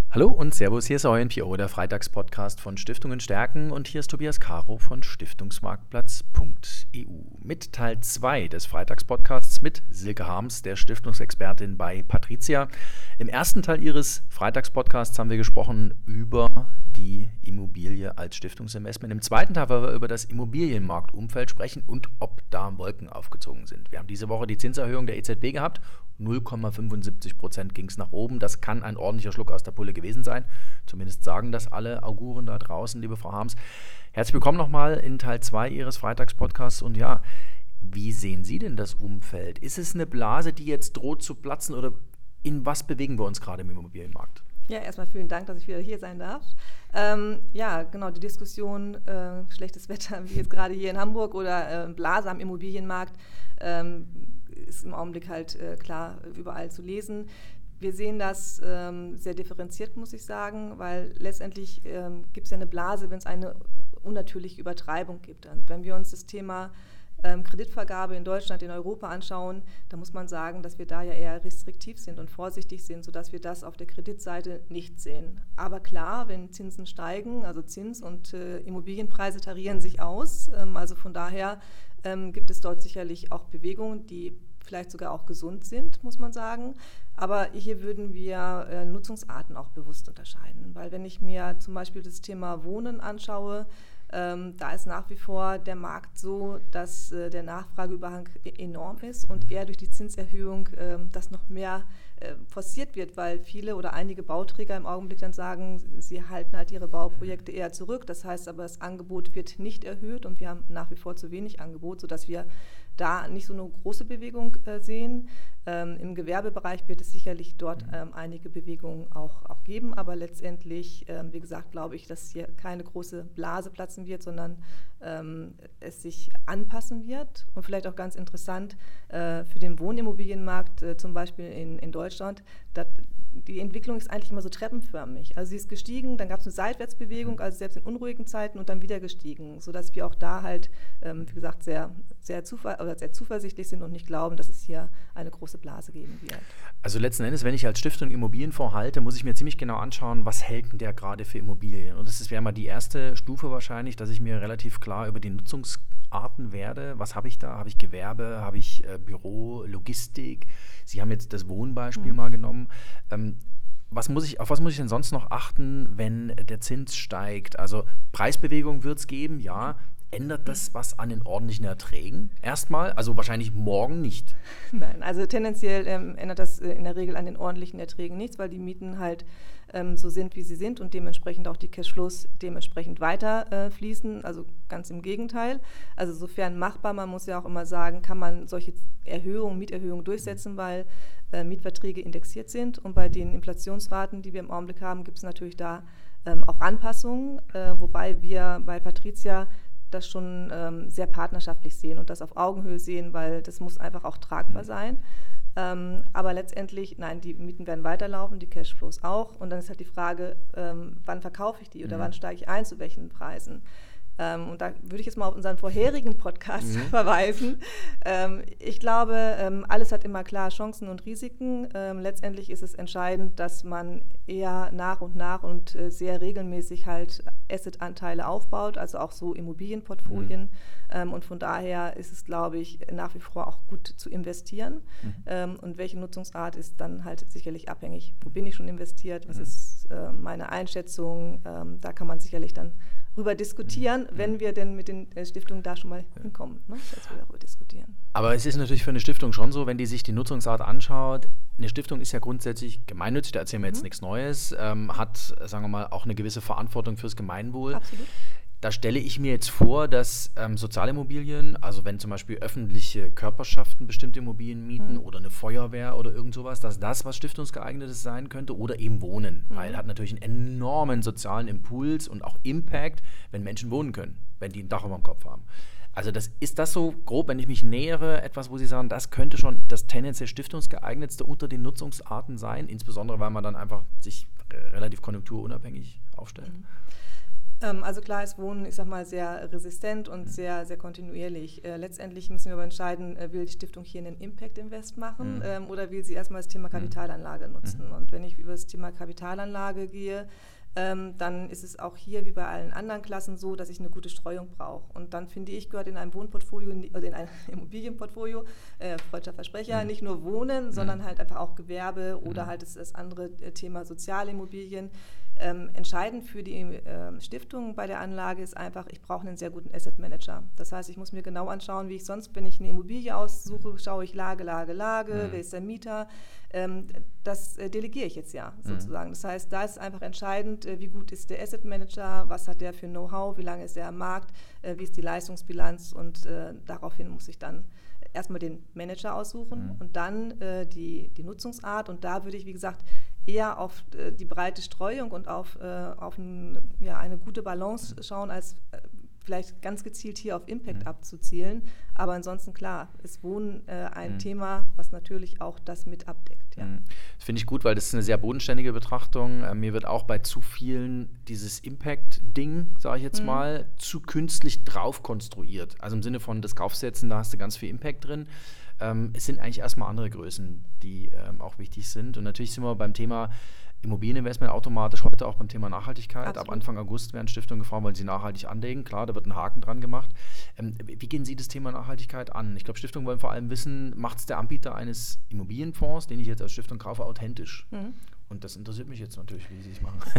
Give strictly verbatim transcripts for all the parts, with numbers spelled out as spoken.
Hallo und Servus, hier ist euer N P O, der Freitagspodcast von Stiftungen stärken, und hier ist Tobias Caro von Stiftungsmarktplatz punkt e u mit Teil zwei des Freitagspodcasts mit Silke Harms, der Stiftungsexpertin bei Patrizia. Im ersten Teil ihres Freitagspodcasts haben wir gesprochen über die Immobilie als Stiftungsinvestment. Im zweiten Teil wollen wir über das Immobilienmarktumfeld sprechen und ob da Wolken aufgezogen sind. Wir haben diese Woche die Zinserhöhung der E Z B gehabt. null Komma fünfundsiebzig Prozent ging es nach oben. Das kann ein ordentlicher Schluck aus der Pulle gewesen sein. Zumindest sagen das alle Auguren da draußen, liebe Frau Harms. Herzlich willkommen nochmal in Teil zwei Ihres Freitagspodcasts. Und ja, wie sehen Sie denn das Umfeld? Ist es eine Blase, die jetzt droht zu platzen, oder in was bewegen wir uns gerade im Immobilienmarkt? Ja, erstmal vielen Dank, dass ich wieder hier sein darf. Ähm, ja, genau, die Diskussion, äh, schlechtes Wetter, wie jetzt gerade hier in Hamburg, oder äh, Blase am Immobilienmarkt, ähm, ist im Augenblick halt äh, klar überall zu lesen. Wir sehen das ähm, sehr differenziert, muss ich sagen, weil letztendlich ähm, gibt es ja eine Blase, wenn es eine unnatürliche Übertreibung gibt. Und wenn wir uns das Thema ähm, Kreditvergabe in Deutschland, in Europa anschauen, da muss man sagen, dass wir da ja eher restriktiv sind und vorsichtig sind, sodass wir das auf der Kreditseite nicht sehen. Aber klar, wenn Zinsen steigen, also Zins- und äh, Immobilienpreise tarieren sich aus, ähm, also von daher ähm, gibt es dort sicherlich auch Bewegungen, die vielleicht sogar auch gesund sind, muss man sagen. Aber hier würden wir äh, Nutzungsarten auch bewusst unterscheiden. Weil wenn ich mir zum Beispiel das Thema Wohnen anschaue, ähm, da ist nach wie vor der Markt so, dass äh, der Nachfrageüberhang enorm ist und eher durch die Zinserhöhung äh, das noch mehr äh, forciert wird, weil viele oder einige Bauträger im Augenblick dann sagen, sie halten halt ihre Bauprojekte eher zurück. Das heißt aber, das Angebot wird nicht erhöht und wir haben nach wie vor zu wenig Angebot, sodass wir da nicht so eine große Bewegung äh, sehen. Ähm, Im Gewerbebereich wird es sicherlich dort ähm, einige Bewegungen auch, auch geben, aber letztendlich, ähm, wie gesagt, glaube ich, dass hier keine große Blase platzen wird, sondern ähm, es sich anpassen wird. Und vielleicht auch ganz interessant äh, für den Wohnimmobilienmarkt, äh, zum Beispiel in, in Deutschland, dat, die Entwicklung ist eigentlich immer so treppenförmig. Also sie ist gestiegen, dann gab es eine Seitwärtsbewegung, also selbst in unruhigen Zeiten, und dann wieder gestiegen, sodass wir auch da halt, ähm, wie gesagt, sehr, sehr, zuver- oder sehr zuversichtlich sind und nicht glauben, dass es hier eine große Blase geben wird. Also letzten Endes, wenn ich als Stiftung Immobilienfonds halte, muss ich mir ziemlich genau anschauen, was hält denn der gerade für Immobilien. Und das wäre mal die erste Stufe wahrscheinlich, dass ich mir relativ klar über die Nutzungsarten werde. Was habe ich da? Habe ich Gewerbe? Habe ich äh, Büro, Logistik? Sie haben jetzt das Wohnbeispiel mhm. mal genommen. Ähm, was muss ich, auf was muss ich denn sonst noch achten, wenn der Zins steigt? Also Preisbewegung wird es geben, ja. Ändert das was an den ordentlichen Erträgen erstmal? Also wahrscheinlich morgen nicht. Nein, also tendenziell ähm, ändert das äh, in der Regel an den ordentlichen Erträgen nichts, weil die Mieten halt ähm, so sind, wie sie sind, und dementsprechend auch die Cashflows dementsprechend weiter äh, fließen. Also ganz im Gegenteil. Also sofern machbar, man muss ja auch immer sagen, kann man solche Erhöhungen, Mieterhöhungen durchsetzen, weil äh, Mietverträge indexiert sind, und bei den Inflationsraten, die wir im Augenblick haben, gibt es natürlich da ähm, auch Anpassungen, äh, wobei wir bei Patrizia das schon ähm, sehr partnerschaftlich sehen und das auf Augenhöhe sehen, weil das muss einfach auch tragbar sein. Ähm, aber letztendlich, nein, die Mieten werden weiterlaufen, die Cashflows auch. Und dann ist halt die Frage, ähm, wann verkaufe ich die oder mhm. wann steige ich ein, zu welchen Preisen. Ähm, und da würde ich jetzt mal auf unseren vorherigen Podcast mhm. verweisen. Ähm, ich glaube, ähm, alles hat immer klar Chancen und Risiken. Ähm, letztendlich ist es entscheidend, dass man eher nach und nach und äh, sehr regelmäßig halt Asset-Anteile aufbaut, also auch so Immobilienportfolien. Mhm. Ähm, und von daher ist es, glaube ich, nach wie vor auch gut zu investieren. Mhm. Ähm, und welche Nutzungsart ist dann halt sicherlich abhängig. Wo bin ich schon investiert? Was mhm. ist äh, meine Einschätzung? Ähm, da kann man sicherlich dann darüber diskutieren, mhm. wenn wir denn mit den Stiftungen da schon mal ja. hinkommen, ne? dass wir darüber diskutieren. Aber es ist natürlich für eine Stiftung schon so, wenn die sich die Nutzungsart anschaut, eine Stiftung ist ja grundsätzlich gemeinnützig, da erzählen wir jetzt mhm. nichts Neues, ähm, hat, sagen wir mal, auch eine gewisse Verantwortung fürs Gemeinwohl. Absolut. Da stelle ich mir jetzt vor, dass ähm, Sozialimmobilien, also wenn zum Beispiel öffentliche Körperschaften bestimmte Immobilien mieten mhm. oder eine Feuerwehr oder irgend sowas, dass das was Stiftungsgeeignetes sein könnte, oder eben Wohnen, mhm. weil hat natürlich einen enormen sozialen Impuls und auch Impact, wenn Menschen wohnen können, wenn die ein Dach über dem Kopf haben. Also das, ist das so grob, wenn ich mich nähere, etwas, wo Sie sagen, das könnte schon das tendenziell stiftungsgeeignetste unter den Nutzungsarten sein, insbesondere weil man dann einfach sich relativ konjunkturunabhängig aufstellt? Mhm. Also klar ist Wohnen, ich sag mal, sehr resistent und sehr, sehr kontinuierlich. Äh, letztendlich müssen wir aber entscheiden, äh, will die Stiftung hier einen Impact-Invest machen mhm. ähm, oder will sie erstmal das Thema Kapitalanlage nutzen. Mhm. Und wenn ich über das Thema Kapitalanlage gehe, ähm, dann ist es auch hier wie bei allen anderen Klassen so, dass ich eine gute Streuung brauche. Und dann finde ich, gehört in einem Wohnportfolio, oder in einem Immobilienportfolio, äh, freudscher Versprecher, mhm. nicht nur Wohnen, mhm. sondern halt einfach auch Gewerbe oder mhm. halt das, das andere Thema Sozialimmobilien. Ähm, entscheidend für die äh, Stiftung bei der Anlage ist einfach, ich brauche einen sehr guten Asset Manager. Das heißt, ich muss mir genau anschauen, wie ich sonst, wenn ich eine Immobilie aussuche, schaue ich Lage, Lage, Lage, mhm. wer ist der Mieter. Ähm, das äh, delegiere ich jetzt ja sozusagen. Mhm. Das heißt, da ist es einfach entscheidend, äh, wie gut ist der Asset Manager, was hat der für Know-how, wie lange ist er am Markt, äh, wie ist die Leistungsbilanz und äh, daraufhin muss ich dann erstmal den Manager aussuchen mhm. und dann äh, die, die Nutzungsart. Und da würde ich, wie gesagt, eher auf äh, die breite Streuung und auf, äh, auf ein, ja, eine gute Balance schauen, als äh, vielleicht ganz gezielt hier auf Impact mhm. abzuzielen. Aber ansonsten, klar, ist Wohnen äh, ein mhm. Thema, was natürlich auch das mit abdeckt. Ja. Das finde ich gut, weil das ist eine sehr bodenständige Betrachtung. Äh, mir wird auch bei zu vielen dieses Impact-Ding, sage ich jetzt mhm. mal, zu künstlich drauf konstruiert. Also im Sinne von das Kaufsetzen, da hast du ganz viel Impact drin. Ähm, es sind eigentlich erstmal andere Größen, die ähm, auch wichtig sind. Und natürlich sind wir beim Thema Immobilieninvestment automatisch heute auch beim Thema Nachhaltigkeit. Absolut. Ab Anfang August werden Stiftungen gefragt, weil sie nachhaltig anlegen. Klar, da wird ein Haken dran gemacht. Ähm, wie gehen Sie das Thema Nachhaltigkeit an? Ich glaube, Stiftungen wollen vor allem wissen, macht es der Anbieter eines Immobilienfonds, den ich jetzt als Stiftung kaufe, authentisch? Mhm. Und das interessiert mich jetzt natürlich, wie Sie es machen.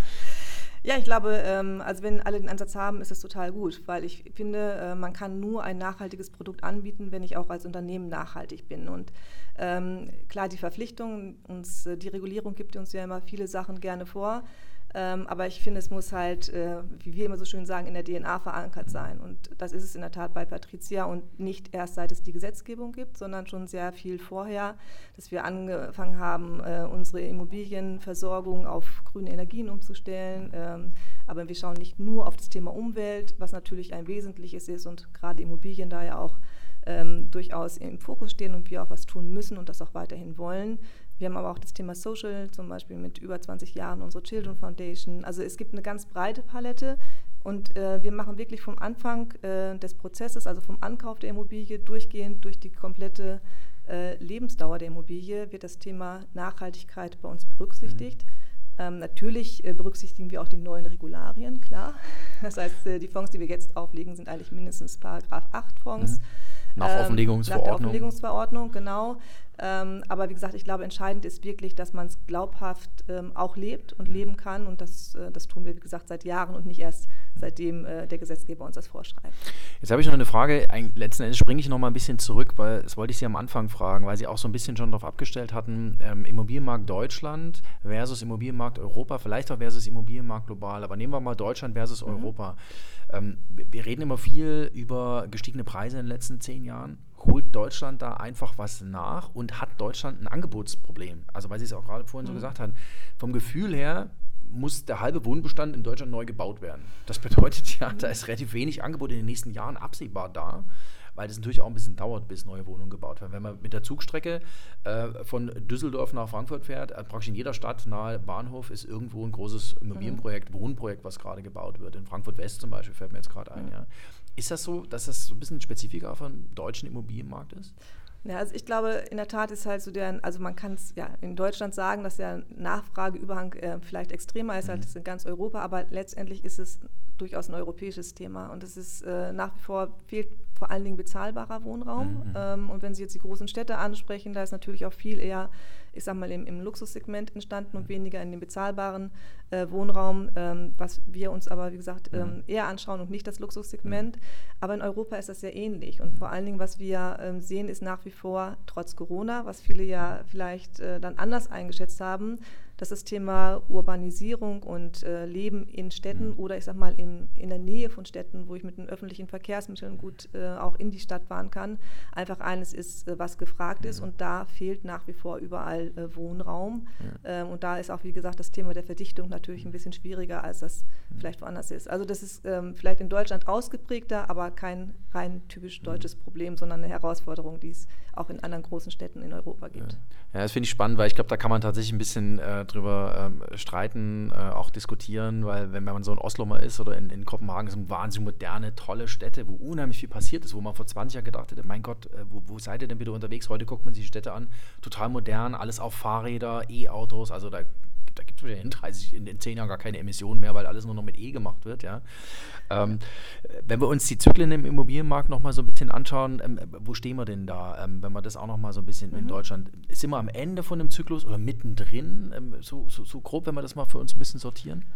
Ja, ich glaube, ähm, also wenn alle den Ansatz haben, ist es total gut, weil ich finde, äh, man kann nur ein nachhaltiges Produkt anbieten, wenn ich auch als Unternehmen nachhaltig bin. Und ähm, klar, die Verpflichtung, uns, äh, die Regulierung gibt uns ja immer viele Sachen gerne vor. Ähm, aber ich finde, es muss halt, äh, wie wir immer so schön sagen, in der D N A verankert sein. Und das ist es in der Tat bei PATRIZIA und nicht erst seit es die Gesetzgebung gibt, sondern schon sehr viel vorher, dass wir angefangen haben, äh, unsere Immobilienversorgung auf grüne Energien umzustellen. Ähm, aber wir schauen nicht nur auf das Thema Umwelt, was natürlich ein wesentliches ist und gerade Immobilien da ja auch ähm, durchaus im Fokus stehen und wir auch was tun müssen und das auch weiterhin wollen. Wir haben aber auch das Thema Social, zum Beispiel mit über zwanzig Jahren unsere Children Foundation. Also es gibt eine ganz breite Palette und äh, wir machen wirklich vom Anfang äh, des Prozesses, also vom Ankauf der Immobilie, durchgehend durch die komplette äh, Lebensdauer der Immobilie, wird das Thema Nachhaltigkeit bei uns berücksichtigt. Mhm. Ähm, natürlich äh, berücksichtigen wir auch die neuen Regularien, klar. Das heißt, äh, die Fonds, die wir jetzt auflegen, sind eigentlich mindestens Paragraph acht Fonds. Mhm. Nach Offenlegungsverordnung. Nach der Offenlegungsverordnung, genau. Ähm, aber wie gesagt, ich glaube, entscheidend ist wirklich, dass man es glaubhaft ähm, auch lebt und leben kann. Und das, äh, das tun wir, wie gesagt, seit Jahren und nicht erst seitdem äh, der Gesetzgeber uns das vorschreibt. Jetzt habe ich noch eine Frage. Ein, letzten Endes springe ich noch mal ein bisschen zurück, weil das wollte ich Sie am Anfang fragen, weil Sie auch so ein bisschen schon darauf abgestellt hatten, ähm, Immobilienmarkt Deutschland versus Immobilienmarkt Europa, vielleicht auch versus Immobilienmarkt global. Aber nehmen wir mal Deutschland versus mhm. Europa. Ähm, wir, wir reden immer viel über gestiegene Preise in den letzten zehn Jahren. Holt Deutschland da einfach was nach und hat Deutschland ein Angebotsproblem? Also weil Sie es auch gerade vorhin mhm. so gesagt haben, vom Gefühl her muss der halbe Wohnbestand in Deutschland neu gebaut werden. Das bedeutet ja, da ist relativ wenig Angebot in den nächsten Jahren absehbar da, weil das natürlich auch ein bisschen dauert, bis neue Wohnungen gebaut werden. Wenn man mit der Zugstrecke äh, von Düsseldorf nach Frankfurt fährt, äh, praktisch in jeder Stadt nahe Bahnhof ist irgendwo ein großes Immobilienprojekt, mhm. Wohnprojekt, was gerade gebaut wird. In Frankfurt West zum Beispiel fällt mir jetzt gerade ein. Mhm. Ja. Ist das so, dass das so ein bisschen spezifischer vom deutschen Immobilienmarkt ist? Ja, also ich glaube, in der Tat ist halt so der, also man kann es ja in Deutschland sagen, dass der Nachfrageüberhang äh, vielleicht extremer ist mhm. als in ganz Europa, aber letztendlich ist es durchaus ein europäisches Thema und es ist äh, nach wie vor, fehlt vor allen Dingen bezahlbarer Wohnraum mhm. ähm, und wenn Sie jetzt die großen Städte ansprechen, da ist natürlich auch viel eher, ich sag mal, im, im Luxussegment entstanden und weniger in dem bezahlbaren äh, Wohnraum, ähm, was wir uns aber, wie gesagt, ähm, eher anschauen und nicht das Luxussegment. Aber in Europa ist das sehr ähnlich und vor allen Dingen, was wir ähm, sehen, ist nach wie vor, trotz Corona, was viele ja vielleicht äh, dann anders eingeschätzt haben, dass das Thema Urbanisierung und äh, Leben in Städten mhm. oder ich sag mal in, in der Nähe von Städten, wo ich mit den öffentlichen Verkehrsmitteln gut äh, auch in die Stadt fahren kann, einfach eines ist, äh, was gefragt mhm. ist und da fehlt nach wie vor überall äh, Wohnraum. Ja. Ähm, und da ist auch, wie gesagt, das Thema der Verdichtung natürlich ein bisschen schwieriger, als das mhm. vielleicht woanders ist. Also das ist ähm, vielleicht in Deutschland ausgeprägter, aber kein rein typisch deutsches mhm. Problem, sondern eine Herausforderung, die es auch in anderen großen Städten in Europa gibt. Ja, ja das finde ich spannend, weil ich glaube, da kann man tatsächlich ein bisschen äh, äh, drüber ähm, streiten, äh, auch diskutieren, weil wenn man so in Oslo mal ist oder in, in Kopenhagen, sind wahnsinnig moderne, tolle Städte, wo unheimlich viel passiert ist, wo man vor zwanzig Jahren gedacht hätte, mein Gott, äh, wo, wo seid ihr denn bitte unterwegs? Heute guckt man sich die Städte an, total modern, alles auf Fahrräder, E-Autos, also da da gibt es in dreißig, in den zehn Jahren gar keine Emissionen mehr, weil alles nur noch mit E gemacht wird. Ja. Ähm, wenn wir uns die Zyklen im Immobilienmarkt noch mal so ein bisschen anschauen, ähm, wo stehen wir denn da? Ähm, wenn wir das auch noch mal so ein bisschen mhm. in Deutschland, sind wir am Ende von dem Zyklus oder mittendrin? Ähm, so, so, so grob, wenn wir das mal für uns ein bisschen sortieren?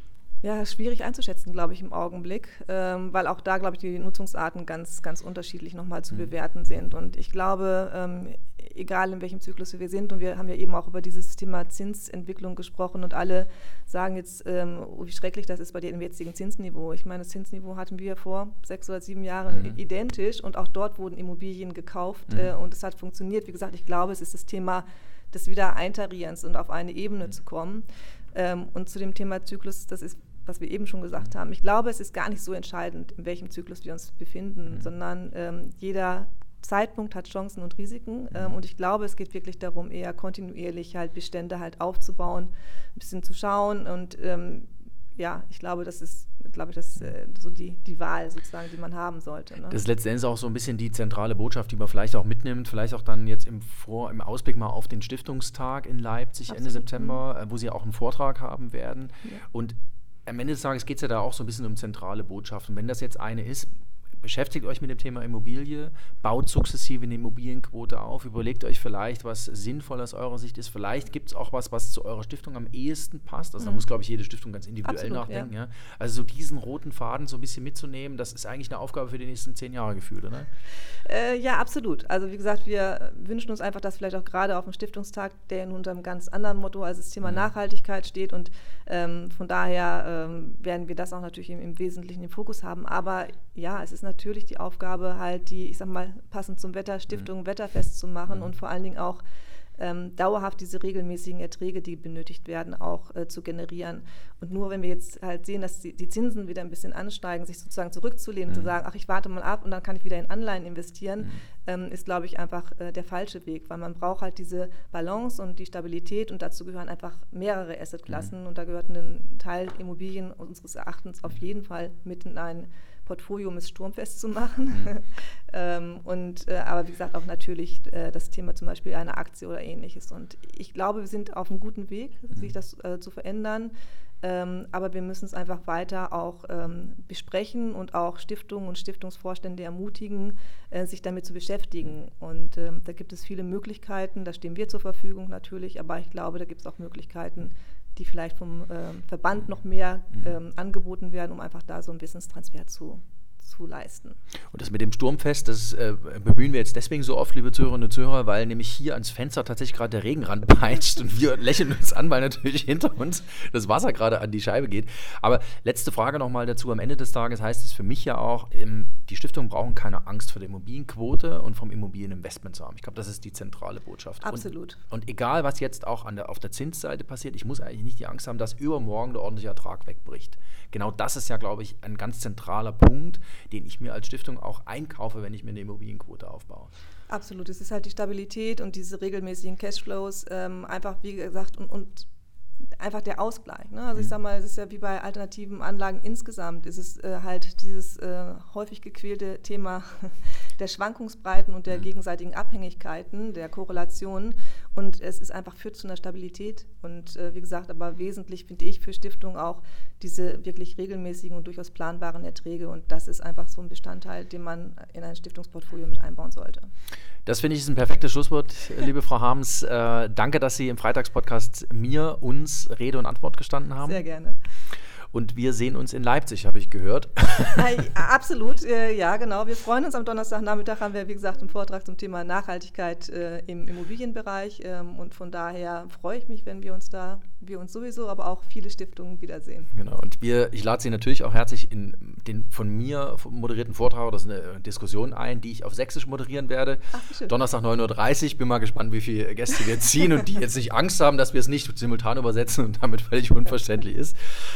Ja, schwierig einzuschätzen, glaube ich, im Augenblick, ähm, weil auch da, glaube ich, die Nutzungsarten ganz, ganz unterschiedlich nochmal zu mhm. bewerten sind. Und ich glaube, ähm, egal in welchem Zyklus wir sind, und wir haben ja eben auch über dieses Thema Zinsentwicklung gesprochen und alle sagen jetzt, ähm, oh, wie schrecklich das ist bei dem jetzigen Zinsniveau. Ich meine, das Zinsniveau hatten wir vor sechs oder sieben Jahren mhm. identisch und auch dort wurden Immobilien gekauft mhm. äh, und es hat funktioniert. Wie gesagt, ich glaube, es ist das Thema des Wiedereintarierens und auf eine Ebene mhm. zu kommen. Ähm, und zu dem Thema Zyklus, das ist, was wir eben schon gesagt haben. Ich glaube, es ist gar nicht so entscheidend, in welchem Zyklus wir uns befinden, mhm. sondern ähm, jeder Zeitpunkt hat Chancen und Risiken. Ähm, und ich glaube, es geht wirklich darum, eher kontinuierlich halt Bestände halt aufzubauen, ein bisschen zu schauen. Und ähm, ja, ich glaube, das ist, glaube ich, das ist äh, so die, die Wahl sozusagen, die man haben sollte. Ne? Das ist letztendlich auch so ein bisschen die zentrale Botschaft, die man vielleicht auch mitnimmt, vielleicht auch dann jetzt im, Vor-, im Ausblick mal auf den Stiftungstag in Leipzig Absolut. Ende September, äh, wo Sie auch einen Vortrag haben werden. Ja. Und am Ende des Tages geht es ja da auch so ein bisschen um zentrale Botschaften. Wenn das jetzt eine ist, beschäftigt euch mit dem Thema Immobilie, baut sukzessive eine Immobilienquote auf, überlegt euch vielleicht, was sinnvoll aus eurer Sicht ist. Vielleicht gibt es auch was, was zu eurer Stiftung am ehesten passt. Also mhm. da muss, glaube ich, jede Stiftung ganz individuell Absolut, nachdenken. Ja. Ja. Also so diesen roten Faden so ein bisschen mitzunehmen, das ist eigentlich eine Aufgabe für die nächsten zehn Jahre gefühlt, oder? Äh, ja, absolut. Also wie gesagt, wir wünschen uns einfach, dass vielleicht auch gerade auf dem Stiftungstag, der unter einem ganz anderen Motto als das Thema mhm. Nachhaltigkeit steht und ähm, von daher ähm, werden wir das auch natürlich im, im Wesentlichen im Fokus haben. Aber ja, es ist natürlich die Aufgabe, halt die, ich sag mal, passend zum Wetter, Stiftungen mhm. wetterfest zu machen mhm. und vor allen Dingen auch ähm, dauerhaft diese regelmäßigen Erträge, die benötigt werden, auch äh, zu generieren. Und nur wenn wir jetzt halt sehen, dass die, die Zinsen wieder ein bisschen ansteigen, sich sozusagen zurückzulehnen mhm. und zu sagen, ach, ich warte mal ab und dann kann ich wieder in Anleihen investieren, mhm. ähm, ist, glaube ich, einfach äh, der falsche Weg, weil man braucht halt diese Balance und die Stabilität und dazu gehören einfach mehrere Assetklassen mhm. und da gehört ein Teil Immobilien unseres Erachtens auf jeden Fall mit in ein Portfolio, um es sturmfest zu machen. Mhm. ähm, und, äh, aber wie gesagt, auch natürlich äh, das Thema zum Beispiel einer Aktie oder ähnliches. Und ich glaube, wir sind auf einem guten Weg, mhm. sich das äh, zu verändern. Ähm, aber wir müssen es einfach weiter auch ähm, besprechen und auch Stiftungen und Stiftungsvorstände ermutigen, äh, sich damit zu beschäftigen. Und ähm, da gibt es viele Möglichkeiten, da stehen wir zur Verfügung natürlich, aber ich glaube, da gibt es auch Möglichkeiten, die vielleicht vom ähm, Verband noch mehr ähm, angeboten werden, um einfach da so einen Wissenstransfer zu, zu leisten. Und das mit dem Sturmfest, das äh, bemühen wir jetzt deswegen so oft, liebe Zuhörerinnen und Zuhörer, weil nämlich hier ans Fenster tatsächlich gerade der Regen ranpeitscht und wir lächeln uns an, weil natürlich hinter uns das Wasser gerade an die Scheibe geht. Aber letzte Frage nochmal dazu. Am Ende des Tages heißt es für mich ja auch, ähm, die Stiftungen brauchen keine Angst vor der Immobilienquote und vom Immobilieninvestment zu haben. Ich glaube, das ist die zentrale Botschaft. Absolut. Und, und egal, was jetzt auch an der, auf der Zinsseite passiert, ich muss eigentlich nicht die Angst haben, dass übermorgen der ordentliche Ertrag wegbricht. Genau das ist ja, glaube ich, ein ganz zentraler Punkt, den ich mir als Stiftung auch einkaufe, wenn ich mir eine Immobilienquote aufbaue. Absolut, es ist halt die Stabilität und diese regelmäßigen Cashflows, ähm, einfach wie gesagt und, und einfach der Ausgleich. Ne? Also mhm. ich sage mal, es ist ja wie bei alternativen Anlagen insgesamt, ist es äh, halt dieses äh, häufig gequälte Thema der Schwankungsbreiten und der mhm. gegenseitigen Abhängigkeiten, der Korrelationen und es ist einfach führt zu einer Stabilität und äh, wie gesagt, aber wesentlich finde ich für Stiftungen auch diese wirklich regelmäßigen und durchaus planbaren Erträge und das ist einfach so ein Bestandteil, den man in ein Stiftungsportfolio mit einbauen sollte. Das finde ich ist ein perfektes Schlusswort, liebe Frau Harms. Äh, danke, dass Sie im Freitagspodcast mir, uns Rede und Antwort gestanden haben. Sehr gerne. Und wir sehen uns in Leipzig, habe ich gehört. Ja, absolut, äh, ja genau. Wir freuen uns. Am Donnerstagnachmittag haben wir, wie gesagt, einen Vortrag zum Thema Nachhaltigkeit äh, im Immobilienbereich. Ähm, und von daher freue ich mich, wenn wir uns da, wir uns sowieso, aber auch viele Stiftungen wiedersehen. Genau. Und wir, ich lade Sie natürlich auch herzlich in den von mir moderierten Vortrag oder so eine Diskussion ein, die ich auf Sächsisch moderieren werde. Ach, schön. Donnerstag neun Uhr dreißig. Bin mal gespannt, wie viele Gäste wir ziehen und die jetzt nicht Angst haben, dass wir es nicht simultan übersetzen und damit völlig unverständlich ist. Aber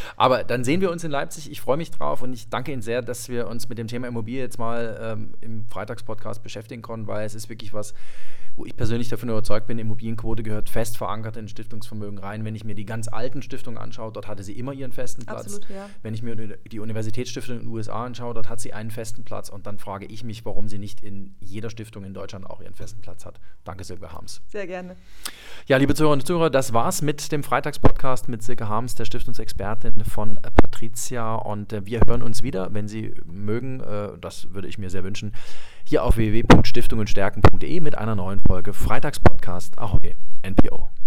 dann sehen wir uns in Leipzig. Ich freue mich drauf und ich danke Ihnen sehr, dass wir uns mit dem Thema Immobilie jetzt mal ähm, im Freitagspodcast beschäftigen konnten, weil es ist wirklich was, wo ich persönlich davon überzeugt bin, Immobilienquote gehört fest verankert in Stiftungsvermögen rein. Wenn ich mir die ganz alten Stiftungen anschaue, dort hatte sie immer ihren festen Platz. Absolut, ja. Wenn ich mir die Universitätsstiftung in den U S A anschaue, dort hat sie einen festen Platz und dann frage ich mich, warum sie nicht in jeder Stiftung in Deutschland auch ihren festen Platz hat. Danke, Silke Harms. Sehr gerne. Ja, liebe Zuhörerinnen und Zuhörer, das war's mit dem Freitagspodcast mit Silke Harms, der Stiftungsexpertin von Patrizia, und äh, wir hören uns wieder, wenn Sie mögen, äh, das würde ich mir sehr wünschen, hier auf w w w punkt stiftungen stärken punkt d e mit einer neuen Folge Freitagspodcast. Ahoi, N P O.